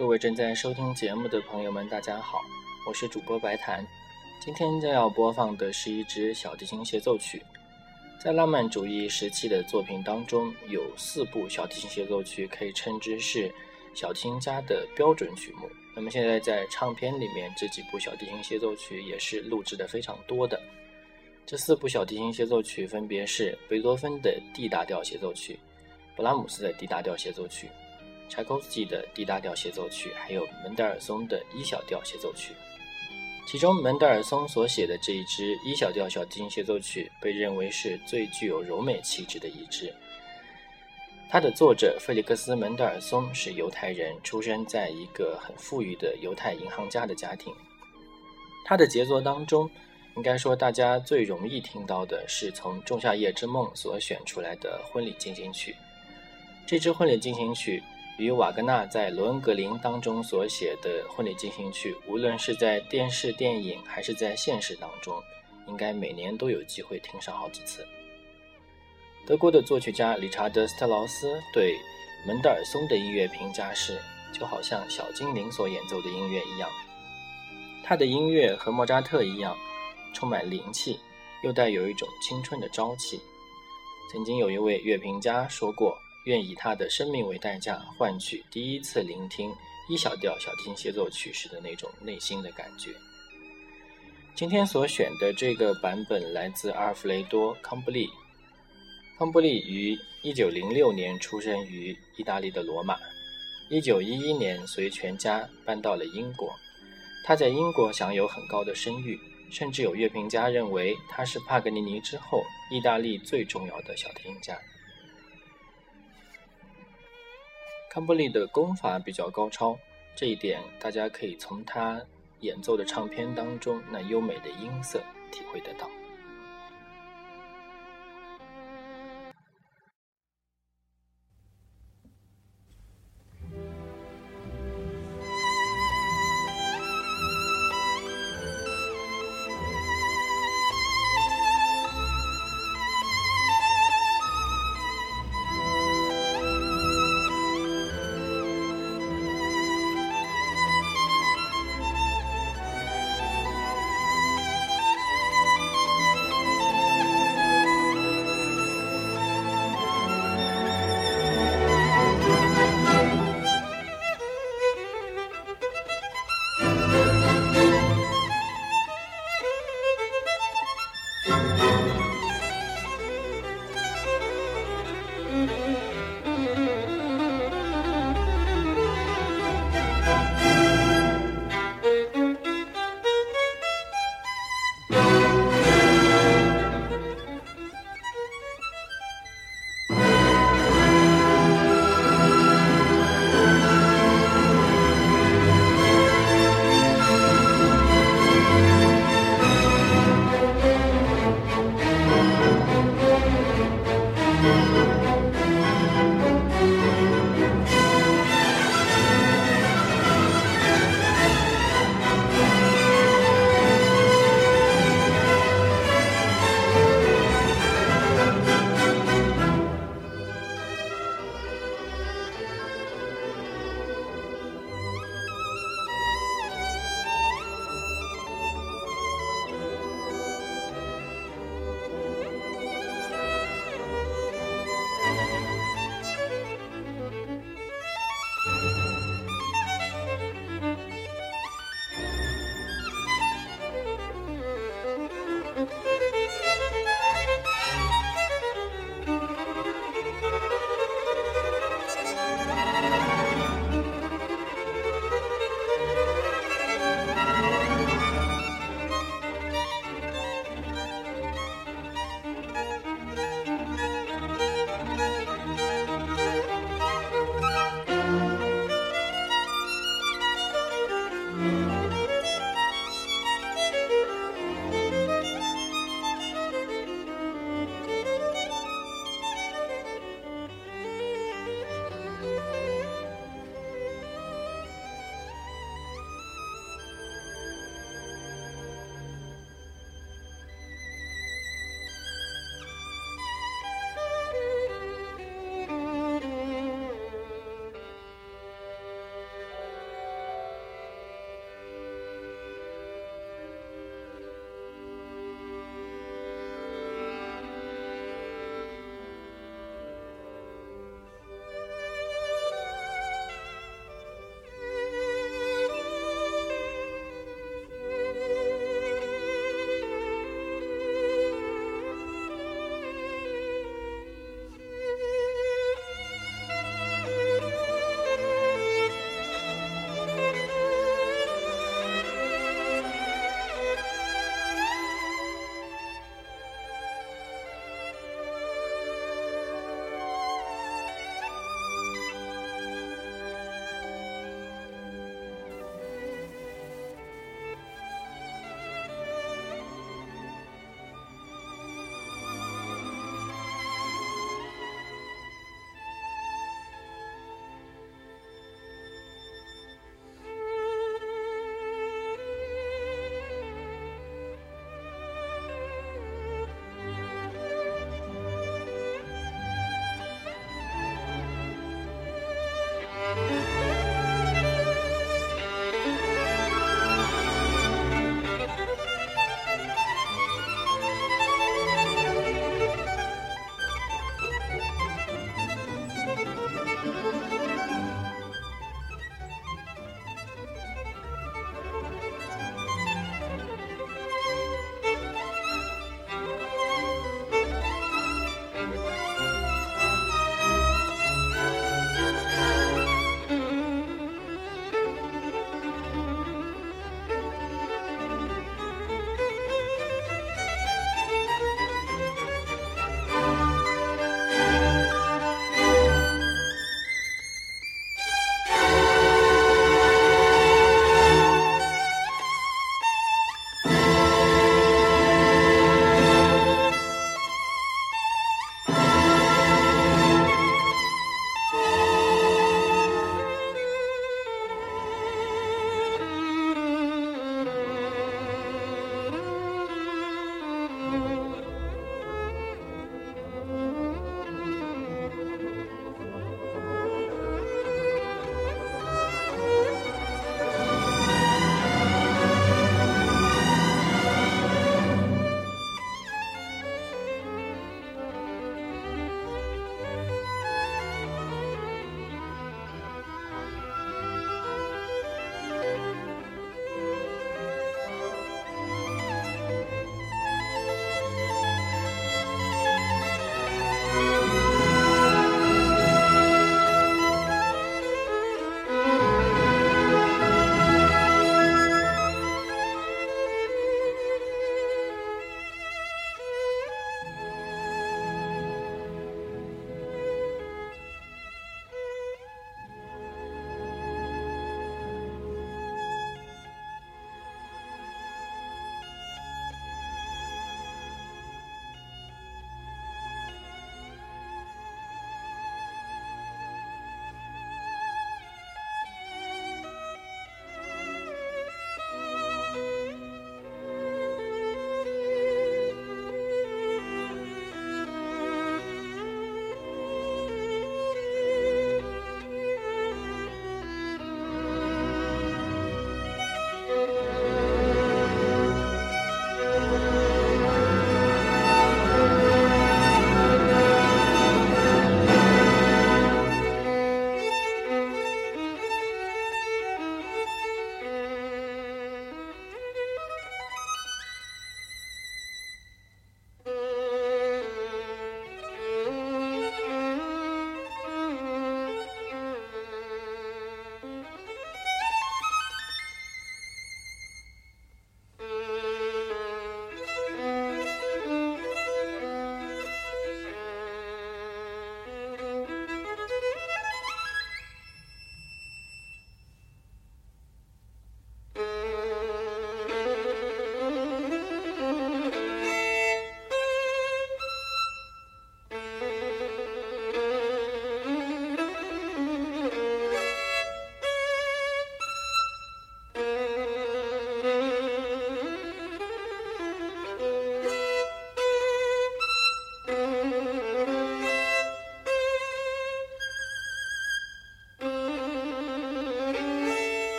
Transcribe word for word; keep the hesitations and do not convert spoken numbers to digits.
各位正在收听节目的朋友们，大家好，我是主播白檀。今天将要播放的是一支小提琴协奏曲。在浪漫主义时期的作品当中，有四部小提琴协奏曲可以称之是小提琴家的标准曲目。那么现在在唱片里面，这几部小提琴协奏曲也是录制的非常多的。这四部小提琴协奏曲分别是贝多芬的 D 大调协奏曲、布拉姆斯的 D 大调协奏曲、柴可夫斯基的 D 大调协奏曲，还有门德尔松的 E 小调协奏曲。其中门德尔松所写的这一支 E 小调小提琴协奏曲被认为是最具有柔美气质的一支。它的作者费利克斯·门德尔松是犹太人，出生在一个很富裕的犹太银行家的家庭。他的杰作当中，应该说大家最容易听到的是从《仲夏夜之梦》所选出来的婚礼进行曲。这支婚礼进行曲与瓦格纳在《罗恩格林》当中所写的婚礼进行曲，无论是在电视电影还是在现实当中，应该每年都有机会听上好几次。德国的作曲家理查德·斯特劳斯对门德尔松的音乐评价是，就好像小精灵所演奏的音乐一样，他的音乐和莫扎特一样充满灵气，又带有一种青春的朝气。曾经有一位乐评家说过，愿以他的生命为代价，换取第一次聆听一小调小提琴协奏曲时的那种内心的感觉。今天所选的这个版本来自阿尔弗雷多·康布利。康布利于一九零六年出生于意大利的罗马，一九一一年随全家搬到了英国。他在英国享有很高的声誉，甚至有乐评家认为他是帕格尼尼之后意大利最重要的小提琴家。康布利的功法比较高超，这一点大家可以从他演奏的唱片当中那优美的音色体会得到。